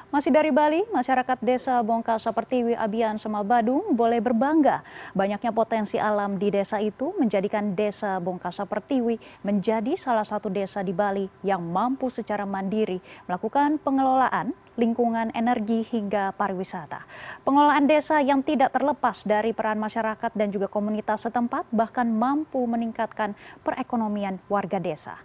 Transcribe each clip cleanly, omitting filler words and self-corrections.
Masih dari Bali, masyarakat desa Bongkasa Pertiwi Abian Semal Badung boleh berbangga. Banyaknya potensi alam di desa itu menjadikan desa Bongkasa Pertiwi menjadi salah satu desa di Bali yang mampu secara mandiri melakukan pengelolaan lingkungan energi hingga pariwisata. Pengelolaan desa yang tidak terlepas dari peran masyarakat dan juga komunitas setempat bahkan mampu meningkatkan perekonomian warga desa.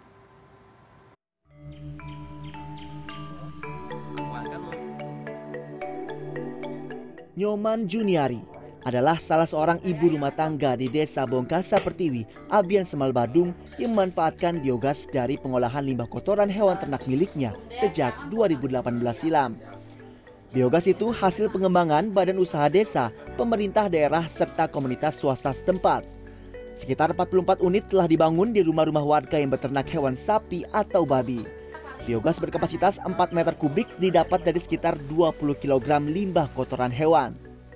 Nyoman Juniari adalah salah seorang ibu rumah tangga di desa Bongkasa Pertiwi, Abian Semal Badung yang memanfaatkan biogas dari pengolahan limbah kotoran hewan ternak miliknya sejak 2018 silam. Biogas itu hasil pengembangan badan usaha desa, pemerintah daerah serta komunitas swasta setempat. Sekitar 44 unit telah dibangun di rumah-rumah warga yang beternak hewan sapi atau babi. Biogas berkapasitas 4 meter kubik didapat dari sekitar 20 kg limbah kotoran hewan.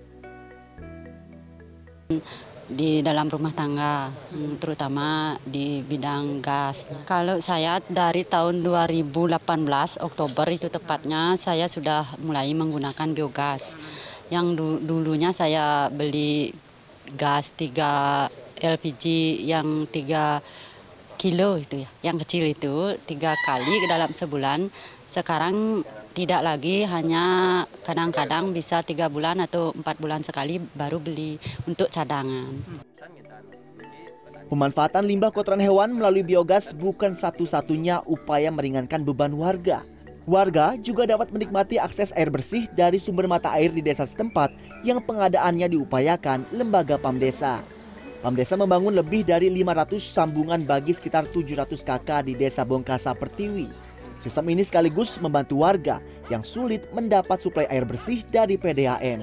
Di dalam rumah tangga, terutama di bidang gas. Kalau saya dari tahun 2018, Oktober itu tepatnya, saya sudah mulai menggunakan biogas. Yang dulunya saya beli gas 3 LPG yang 3 kilo itu ya, yang kecil itu 3 kali dalam sebulan. Sekarang tidak lagi, hanya kadang-kadang bisa 3 bulan atau 4 bulan sekali baru beli untuk cadangan. Pemanfaatan limbah kotoran hewan melalui biogas bukan satu-satunya upaya meringankan beban warga. Warga juga dapat menikmati akses air bersih dari sumber mata air di desa setempat yang pengadaannya diupayakan lembaga PAMDesa. PAMDesa membangun lebih dari 500 sambungan bagi sekitar 700 KK di desa Bongkasa Pertiwi. Sistem ini sekaligus membantu warga yang sulit mendapat suplai air bersih dari PDAM.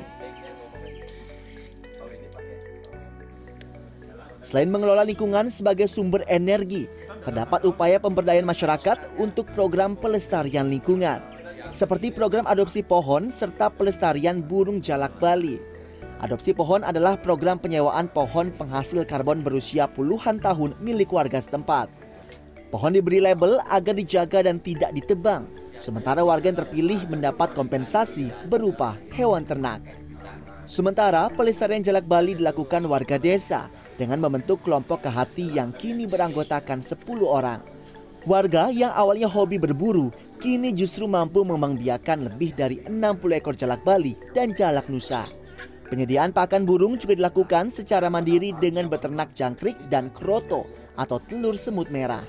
Selain mengelola lingkungan sebagai sumber energi, terdapat upaya pemberdayaan masyarakat untuk program pelestarian lingkungan, seperti program adopsi pohon serta pelestarian burung jalak Bali. Adopsi pohon adalah program penyewaan pohon penghasil karbon berusia puluhan tahun milik warga setempat. Pohon diberi label agar dijaga dan tidak ditebang, sementara warga yang terpilih mendapat kompensasi berupa hewan ternak. Sementara pelestarian jalak Bali dilakukan warga desa dengan membentuk kelompok kehati yang kini beranggotakan 10 orang. Warga yang awalnya hobi berburu, kini justru mampu mengembangbiakan lebih dari 60 ekor jalak Bali dan jalak Nusa. Penyediaan pakan burung juga dilakukan secara mandiri dengan beternak jangkrik dan kroto atau telur semut merah.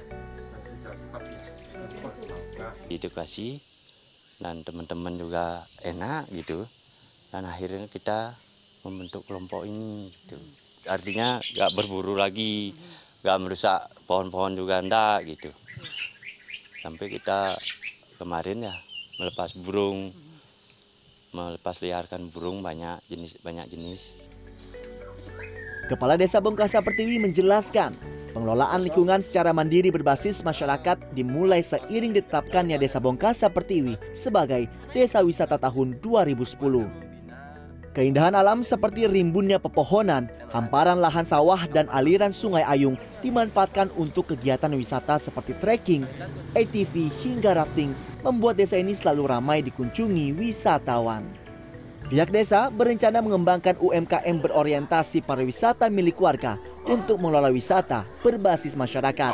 Edukasi dan teman-teman juga enak gitu, dan akhirnya kita membentuk kelompok ini gitu. Artinya nggak berburu lagi, nggak merusak pohon-pohon juga enggak gitu. Sampai kita kemarin ya melepas burung, melepas liarkan burung banyak jenis. Kepala Desa Bongkasa Pertiwi menjelaskan, pengelolaan lingkungan secara mandiri berbasis masyarakat dimulai seiring ditetapkannya Desa Bongkasa Pertiwi sebagai desa wisata tahun 2010. Keindahan alam seperti rimbunnya pepohonan, hamparan lahan sawah dan aliran sungai Ayung dimanfaatkan untuk kegiatan wisata seperti trekking, ATV hingga rafting, membuat desa ini selalu ramai dikunjungi wisatawan. Pihak desa berencana mengembangkan UMKM berorientasi pariwisata milik warga untuk mengelola wisata berbasis masyarakat.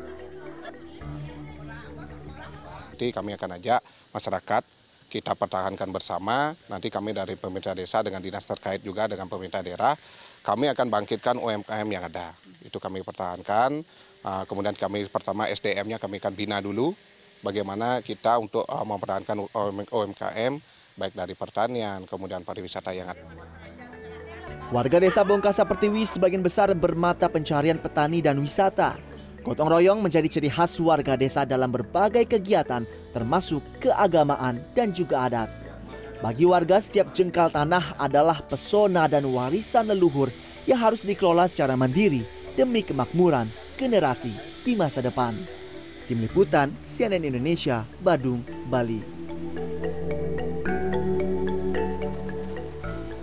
Nanti kami akan ajak masyarakat, kita pertahankan bersama. Nanti kami dari pemerintah desa dengan dinas terkait juga dengan pemerintah daerah, kami akan bangkitkan UMKM yang ada. Itu kami pertahankan. Kemudian kami pertama SDM-nya kami akan bina dulu. Bagaimana kita untuk mempertahankan UMKM baik dari pertanian, kemudian pariwisata yang ada. Warga desa Bongkasa Pertiwi sebagian besar bermata pencarian petani dan wisata. Gotong royong menjadi ciri khas warga desa dalam berbagai kegiatan termasuk keagamaan dan juga adat. Bagi warga, setiap jengkal tanah adalah pesona dan warisan leluhur yang harus dikelola secara mandiri demi kemakmuran generasi di masa depan. Tim Liputan CNN Indonesia, Badung, Bali.